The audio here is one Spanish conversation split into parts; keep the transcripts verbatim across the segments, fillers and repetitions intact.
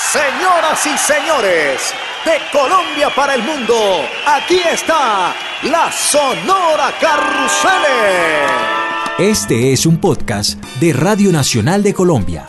Señoras y señores, de Colombia para el mundo, aquí está la Sonora Carruseles. Este es un podcast de Radio Nacional de Colombia.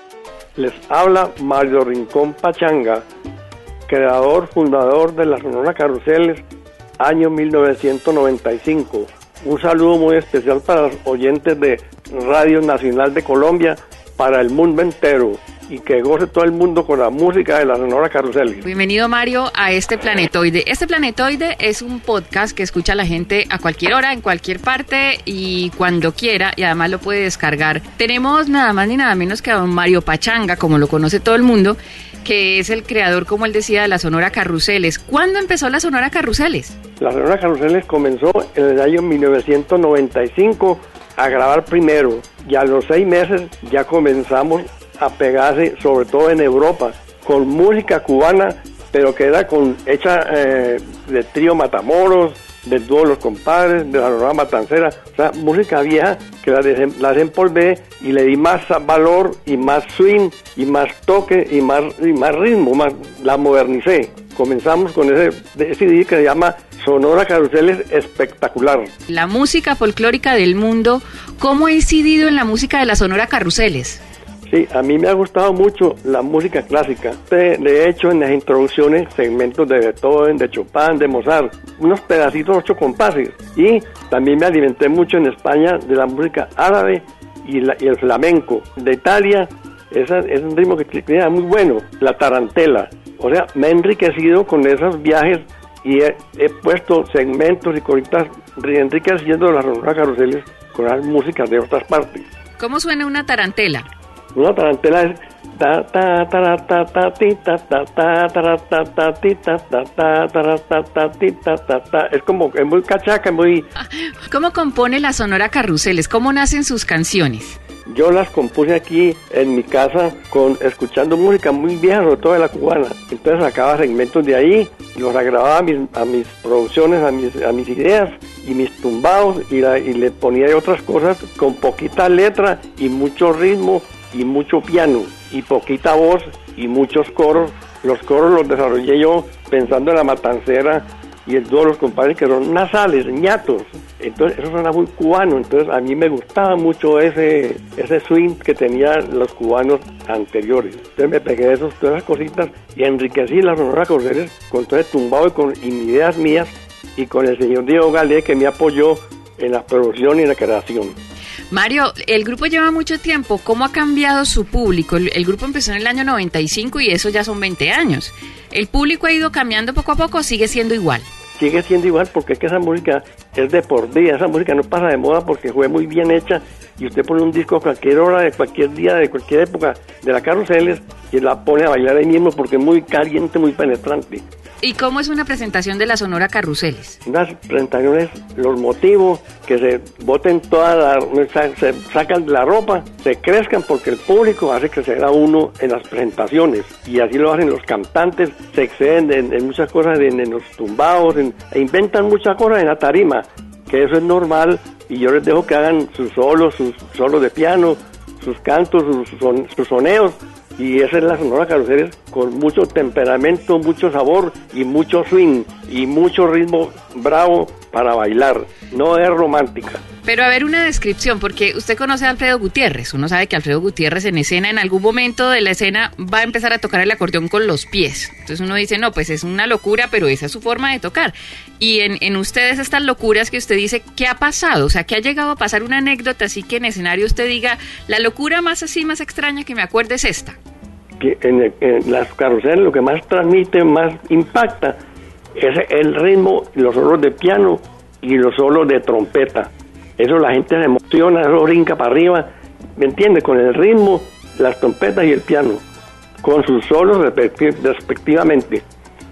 Les habla Mario Rincón Pachanga, creador, fundador de la Sonora Carruseles, año mil novecientos noventa y cinco. Un saludo muy especial para los oyentes de Radio Nacional de Colombia, para el mundo entero, y que goce todo el mundo con la música de la Sonora Carruseles. Bienvenido, Mario, a este Planetoide. Este Planetoide es un podcast que escucha la gente a cualquier hora, en cualquier parte y cuando quiera, y además lo puede descargar. Tenemos nada más ni nada menos que a don Mario Pachanga, como lo conoce todo el mundo, que es el creador, como él decía, de la Sonora Carruseles. ¿Cuándo empezó la Sonora Carruseles? La Sonora Carruseles comenzó en el año mil novecientos noventa y cinco a grabar primero, y a los seis meses ya comenzamos a pegarse, sobre todo en Europa, con música cubana, pero que era con hecha eh, de trío Matamoros, del dúo Los Compadres, de la Sonora Matancera, o sea, música vieja que la, des, la desempolvé y le di más valor y más swing y más toque y más, y más ritmo, más, la modernicé. Comenzamos con ese, ese C D que se llama Sonora Carruseles Espectacular. La música folclórica del mundo, ¿cómo ha incidido en la música de la Sonora Carruseles? Sí, a mí me ha gustado mucho la música clásica. De, de hecho, en las introducciones, segmentos de Beethoven, de Chopin, de Mozart, unos pedacitos, ocho compases. Y también me alimenté mucho en España de la música árabe y, la, y el flamenco. De Italia, esa, es un ritmo que, que era muy bueno, la tarantela. O sea, me he enriquecido con esos viajes y he, he puesto segmentos y cositas enriqueciendo las Sonora Carruseles con las músicas de otras partes. ¿Cómo suena una tarantela? Una tarantela es ta ta ta ta ta ti ta ta ta ta ta ta ti ta ta ta ta ta ta ti ta ta ta. Es como, es muy cachaca, muy... ¿Cómo compone la Sonora Carruseles? ¿Cómo nacen sus canciones? Yo las compuse aquí en mi casa con escuchando música muy vieja, sobre todo de la cubana. Entonces sacaba segmentos de ahí y los agregaba a mis, a mis producciones, a mis, a mis ideas y mis tumbados y, la, y le ponía otras cosas con poquita letra y mucho ritmo y mucho piano y poquita voz y muchos coros. Los coros los desarrollé yo pensando en la Matancera y el dúo Los Compadres, que son nasales, ñatos. Entonces eso suena muy cubano. Entonces a mí me gustaba mucho ese ese swing que tenían los cubanos anteriores. Entonces me pegué de esos, todas esas cositas y enriquecí la Sonora Carruseles con todo ese tumbado y con y ideas mías y con el señor Diego Galé, que me apoyó en la producción y en la creación. Mario, el grupo lleva mucho tiempo. ¿Cómo ha cambiado su público? El, el grupo empezó en el año noventa y cinco y eso ya son veinte años. ¿El público ha ido cambiando poco a poco o sigue siendo igual? Sigue siendo igual porque es que esa música es de por día. Esa música no pasa de moda porque fue muy bien hecha y usted pone un disco a cualquier hora, de cualquier día, de cualquier época de la Carruseles y la pone a bailar ahí mismo porque es muy caliente, muy penetrante. ¿Y cómo es una presentación de la Sonora Carruseles? Unas presentaciones, los motivos, que se boten toda la, se sacan la ropa, se crezcan porque el público hace crecer a uno en las presentaciones y así lo hacen los cantantes, se exceden en, en muchas cosas, en, en los tumbados, en, e inventan muchas cosas en la tarima, que eso es normal y yo les dejo que hagan sus solos, sus solos de piano, sus cantos, sus, son, sus soneos. Y esa es la Sonora Carruseles con mucho temperamento, mucho sabor y mucho swing y mucho ritmo bravo para bailar. No es romántica. Pero a ver, una descripción, porque usted conoce a Alfredo Gutiérrez. Uno sabe que Alfredo Gutiérrez en escena, en algún momento de la escena, va a empezar a tocar el acordeón con los pies. Entonces uno dice, no, pues es una locura, pero esa es su forma de tocar. Y en, en ustedes estas locuras que usted dice, ¿qué ha pasado? O sea, ¿qué ha llegado a pasar una anécdota así que en escenario usted diga, la locura más así, más extraña que me acuerde es esta? Que en, el, en las carruseles lo que más transmite, más impacta, es el ritmo, los solos de piano y los solos de trompeta. Eso la gente se emociona, eso brinca para arriba, ¿me entiende? Con el ritmo, las trompetas y el piano, con sus solos respectivamente.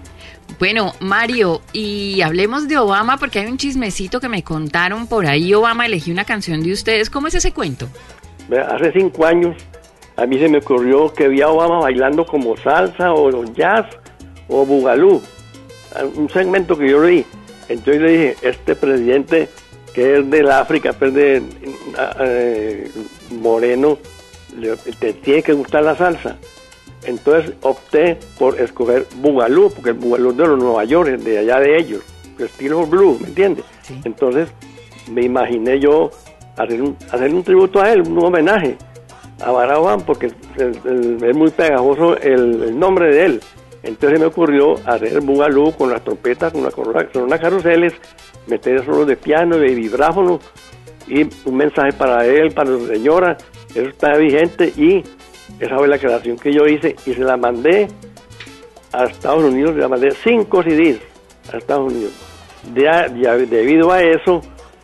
Bueno, Mario, y hablemos de Obama porque hay un chismecito que me contaron por ahí. Obama eligió una canción de ustedes. ¿Cómo es ese cuento? Hace cinco años a mí se me ocurrió que vi a Obama bailando como salsa o jazz o bugalú, un segmento que yo vi. Entonces le dije, este presidente que es del África, pues de eh, moreno, le, te tiene que gustar la salsa. Entonces opté por escoger Boogaloo, porque el Boogaloo de los Nueva York, de allá de ellos, estilo blues, ¿me entiendes? Sí. Entonces me imaginé yo hacer un, hacer un tributo a él, un homenaje a Baraban, porque el, el, es muy pegajoso el, el nombre de él. Entonces me ocurrió hacer el Boogaloo con las trompetas, con, la, con unas carruseles, meter solos de piano, de vibráfono, y un mensaje para él, para su señora. Eso está vigente, y esa fue la creación que yo hice, y se la mandé a Estados Unidos, se la mandé cinco C Ds a Estados Unidos. De, de, debido a eso,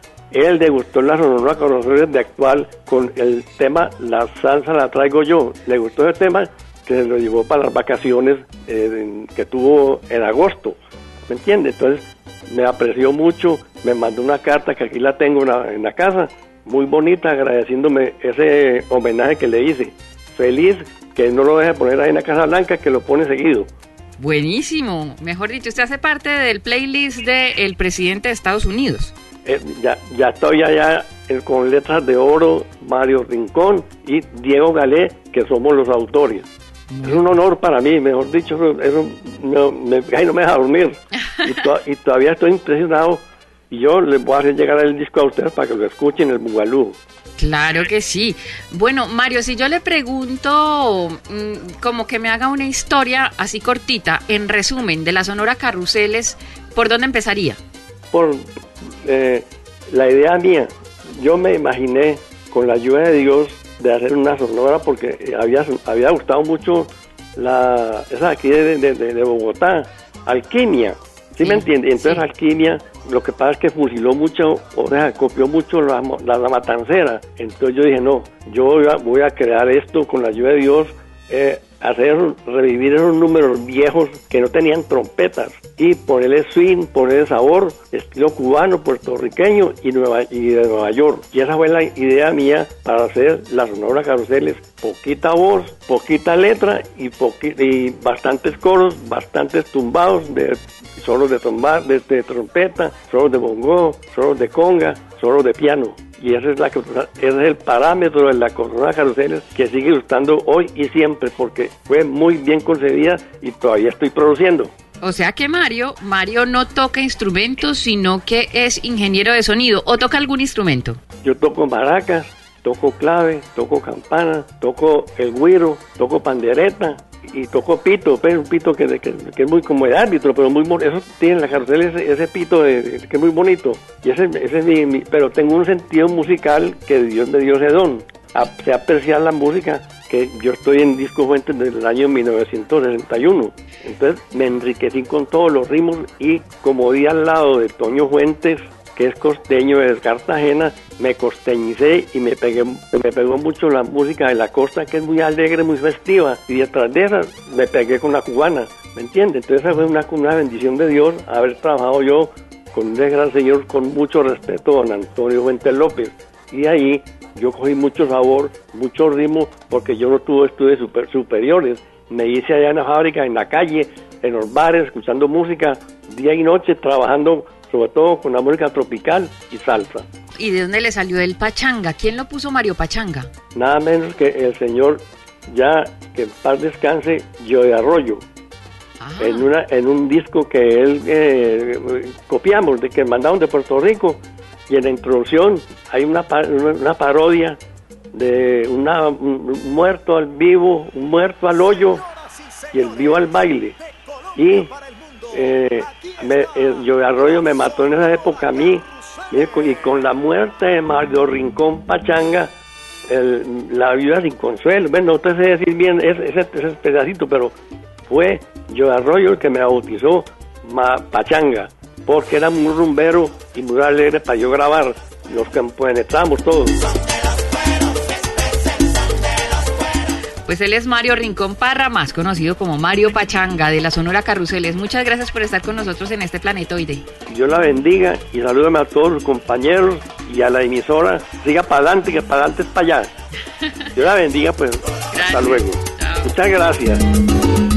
él degustó la Sonora Carruseles de actual con el tema La Salsa La Traigo Yo. Le gustó ese tema, que se lo llevó para las vacaciones eh, que tuvo en agosto, ¿me entiende? Entonces me apreció mucho, me mandó una carta que aquí la tengo en la, en la casa, muy bonita, agradeciéndome ese homenaje que le hice. Feliz que no lo deje poner ahí en la Casa Blanca, que lo pone seguido. Buenísimo, mejor dicho, usted hace parte del playlist del presidente de Estados Unidos. Eh, ya, ya estoy allá eh, con letras de oro, Mario Rincón y Diego Galé, que somos los autores. Es un honor para mí, mejor dicho, eso no me, ay, no me deja dormir. Y, to, y todavía estoy impresionado, y yo les voy a hacer llegar el disco a ustedes para que lo escuchen, el Boogaloo. Claro que sí. Bueno, Mario, si yo le pregunto, mmm, como que me haga una historia así cortita, en resumen, de la Sonora Carruseles, ¿por dónde empezaría? Por eh, la idea mía. Yo me imaginé, con la ayuda de Dios, de hacer una sonora, porque había, había gustado mucho la esa aquí de, de, de Bogotá, Alquimia. ¿Sí, sí me entiende? Entonces sí. Alquimia, lo que pasa es que fusiló mucho, o sea, copió mucho la, la, la matancera. Entonces yo dije, no, yo voy a, voy a crear esto con la ayuda de Dios, eh, hacer, revivir esos números viejos que no tenían trompetas, y ponerle swing, ponerle sabor, estilo cubano, puertorriqueño y, Nueva, y de Nueva York. Y esa fue la idea mía para hacer la Sonora Carruseles. Poquita voz, poquita letra y, poqui, y bastantes coros, bastantes tumbados, de solos de, tromba, de, de trompeta, solos de bongo, solos de conga, solos de piano. Y ese es, la, ese es el parámetro de la Sonora Carruseles, que sigue gustando hoy y siempre, porque fue muy bien concebida y todavía estoy produciendo. O sea que Mario, Mario no toca instrumentos, sino que es ingeniero de sonido, ¿o toca algún instrumento? Yo toco maracas, toco clave, toco campana, toco el güiro, toco pandereta y toco pito, pero un pito que, que, que es muy como de árbitro, pero muy eso tiene la Carrusel, ese, ese pito de, de, que es muy bonito. Y ese, ese es mi, mi, pero tengo un sentido musical que Dios me dio ese don. A, sé apreciar la música, que yo estoy en Disco Fuentes desde el año mil novecientos sesenta y uno. Entonces me enriquecí con todos los ritmos, y como di al lado de Toño Fuentes, que es costeño de Cartagena, me costeñicé y me pegué, me pegó mucho la música de la costa, que es muy alegre, muy festiva, y detrás de esa me pegué con la cubana, ¿me entiendes? Entonces esa fue una, una bendición de Dios, haber trabajado yo con un gran señor, con mucho respeto, don Antonio Fuentes López, y ahí yo cogí mucho sabor, mucho ritmo, porque yo no tuve estudios super, superiores, me hice allá en la fábrica, en la calle, en los bares, escuchando música, día y noche, trabajando sobre todo con la música tropical y salsa. ¿Y de dónde le salió el pachanga? ¿Quién lo puso Mario Pachanga? Nada menos que el señor, ya que en paz descanse, Joe Arroyo. Ah. En una en un disco que él eh, copiamos, de que mandaron de Puerto Rico, y en la introducción hay una, una parodia de una, un muerto al vivo, un muerto al hoyo y el vivo al baile. Y eh, me, el Joe Arroyo me mató en esa época a mí, y con la muerte de Mario Rincón Pachanga, el, la viuda sin consuelo, bueno, no te sé decir bien ese, ese, ese pedacito, pero fue Joe Arroyo el que me bautizó ma, Pachanga, porque era muy rumbero y muy alegre para yo grabar. Nos compenetramos todos. Pues él es Mario Rincón Parra, más conocido como Mario Pachanga, de la Sonora Carruseles. Muchas gracias por estar con nosotros en este Planetoide. Dios la bendiga y salúdame a todos los compañeros y a la emisora. Siga para adelante, que para adelante es para allá. Dios la bendiga, pues. Gracias. Hasta luego. Chao. Muchas gracias.